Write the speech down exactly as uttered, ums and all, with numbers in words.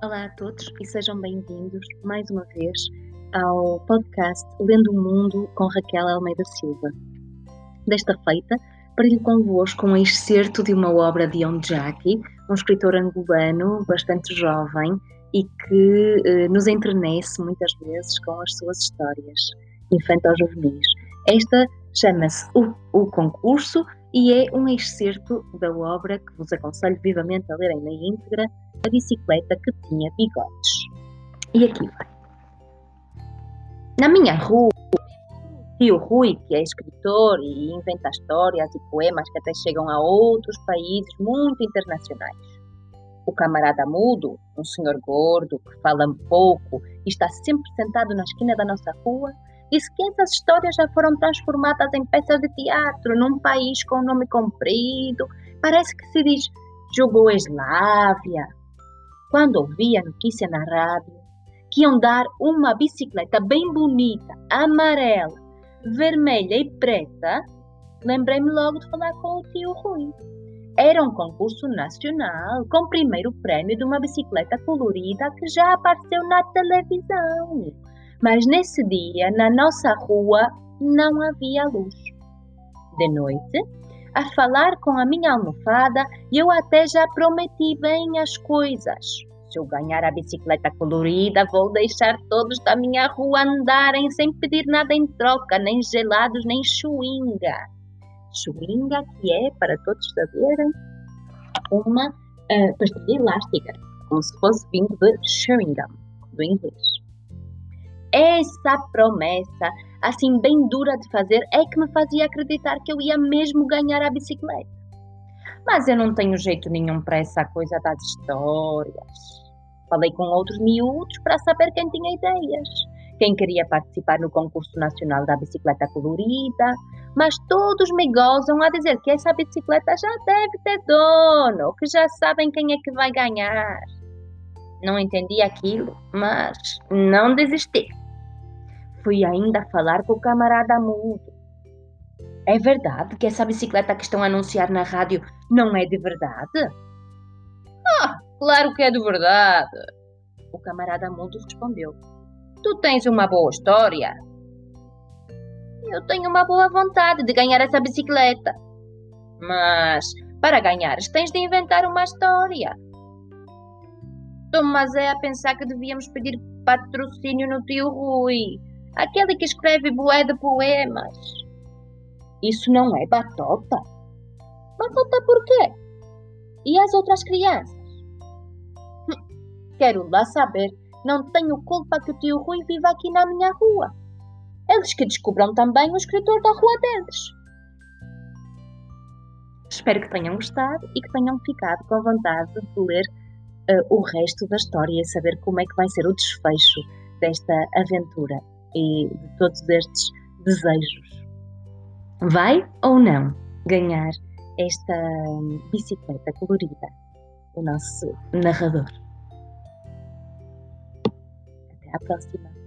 Olá a todos e sejam bem-vindos mais uma vez ao podcast Lendo o Mundo com Raquel Almeida Silva. Desta feita, partilho convosco um excerto de uma obra de Onjaki, um escritor angolano bastante jovem e que eh, nos enternece muitas vezes com as suas histórias infanto-juvenis. Esta chama-se o, o Concurso e é um excerto da obra que vos aconselho vivamente a lerem na íntegra, A Bicicleta que Tinha Bigodes. E aqui vai. Na minha rua, tio Rui, que é escritor e inventa histórias e poemas que até chegam a outros países muito internacionais. O camarada mudo, um senhor gordo que fala pouco e está sempre sentado na esquina da nossa rua, disse que essas histórias já foram transformadas em peças de teatro num país com nome comprido. Parece que se diz Jugoslávia. Quando ouvi a notícia na rádio que iam dar uma bicicleta bem bonita, amarela, vermelha e preta, lembrei-me logo de falar com o tio Rui. Era um concurso nacional com o primeiro prêmio de uma bicicleta colorida que já apareceu na televisão. Mas nesse dia, na nossa rua, não havia luz. De noite, a falar com a minha almofada, eu até já prometi bem as coisas. Se eu ganhar a bicicleta colorida, vou deixar todos da minha rua andarem sem pedir nada em troca, nem gelados, nem chuinga. Chuinga, que é, para todos saberem, uma uh, pastilha elástica, como se fosse vindo de chewing gum, do inglês. Essa promessa, assim bem dura de fazer, é que me fazia acreditar que eu ia mesmo ganhar a bicicleta. Mas eu não tenho jeito nenhum para essa coisa das histórias. Falei com outros miúdos para saber quem tinha ideias, quem queria participar no concurso nacional da bicicleta colorida, mas todos me gozam a dizer que essa bicicleta já deve ter dono, que já sabem quem é que vai ganhar. Não entendi aquilo, mas não desisti. Fui ainda falar com o camarada mudo. É verdade que essa bicicleta que estão a anunciar na rádio não é de verdade? Ah, claro que é de verdade. O camarada mudo respondeu. Tu tens uma boa história. Eu tenho uma boa vontade de ganhar essa bicicleta. Mas, para ganhares, tens de inventar uma história. Estou mas é a pensar que devíamos pedir patrocínio no tio Rui, aquele que escreve bué de poemas. Isso não é batota? Batota por quê? E as outras crianças? Hum, quero lá saber. Não tenho culpa que o tio Rui viva aqui na minha rua. Eles que descubram também o escritor da rua deles. Espero que tenham gostado e que tenham ficado com vontade de ler uh, o resto da história e saber como é que vai ser o desfecho desta aventura e de todos estes desejos. Vai ou não ganhar esta bicicleta colorida o nosso narrador? Até à próxima.